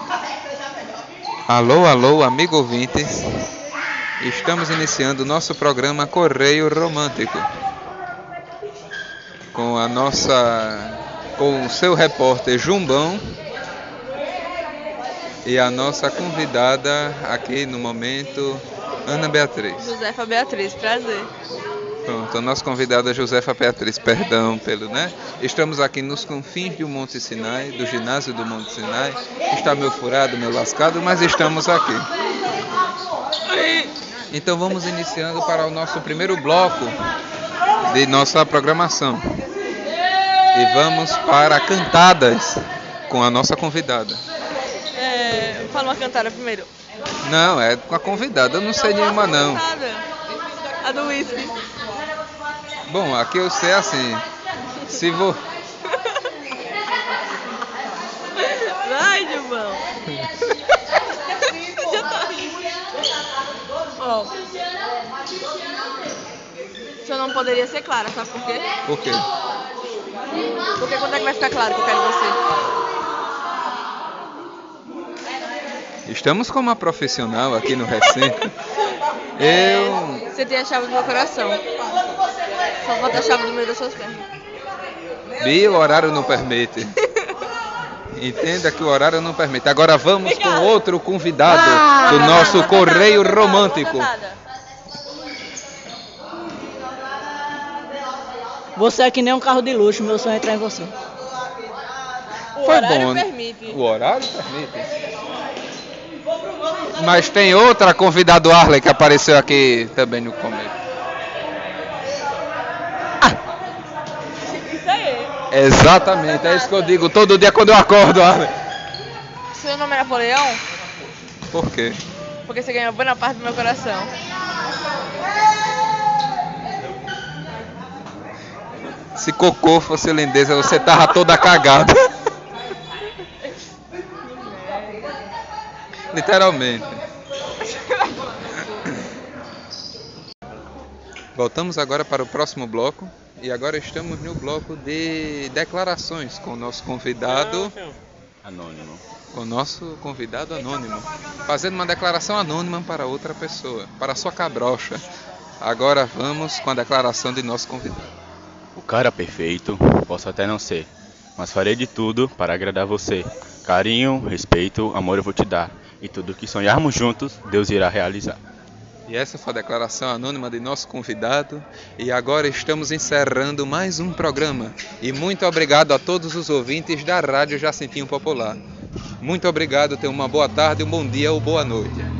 Alô, alô, amigo ouvintes. Estamos iniciando o nosso programa Correio Romântico com com o seu repórter Jumbão e a nossa convidada aqui no momento, Ana Beatriz. Josefa Beatriz, prazer. Pronto, a nossa convidada Josefa Beatriz, perdão pelo, né? Estamos aqui nos confins do Monte Sinai, do ginásio do Monte Sinai. Está meio furado, meio lascado, mas estamos aqui. Então vamos iniciando para o nosso primeiro bloco de nossa programação. E vamos para cantadas com a nossa convidada. Fala uma cantada primeiro. Não, é com a convidada, eu não sei nenhuma não. A do whisky. Bom, aqui eu sei assim, se vou... Vai, Gilmão. Já tá rindo. Ó, o senhor não poderia ser clara, sabe por quê? Por quê? Porque quando é que vai ficar claro que eu quero você? Estamos com uma profissional aqui no recinto. Você tem a chave do meu coração. Só falta a chave do meio das suas pernas. E o horário não permite. Entenda que o horário não permite. Agora vamos com outro convidado do nosso Correio Romântico. Você é que nem um carro de luxo, meu sonho é entrar em você. O horário permite. O horário permite. Mas tem outra convidada, Arley, que apareceu aqui também no começo. Isso aí. Exatamente, é isso que eu digo todo dia quando eu acordo, Arley. Seu nome é Napoleão? Por quê? Porque você ganhou boa parte do meu coração. Se cocô fosse lindeza, você tava toda cagada. Literalmente. Voltamos agora para o próximo bloco. E agora estamos no bloco de declarações com o nosso convidado anônimo. Com o nosso convidado anônimo. Fazendo uma declaração anônima para outra pessoa, para a sua cabrocha. Agora vamos com a declaração de nosso convidado. O cara perfeito, posso até não ser, mas farei de tudo para agradar você. Carinho, respeito, amor eu vou te dar. E tudo que sonharmos juntos, Deus irá realizar. E essa foi a declaração anônima de nosso convidado. E agora estamos encerrando mais um programa. E muito obrigado a todos os ouvintes da Rádio Jacintinho Popular. Muito obrigado, tenham uma boa tarde, um bom dia ou boa noite.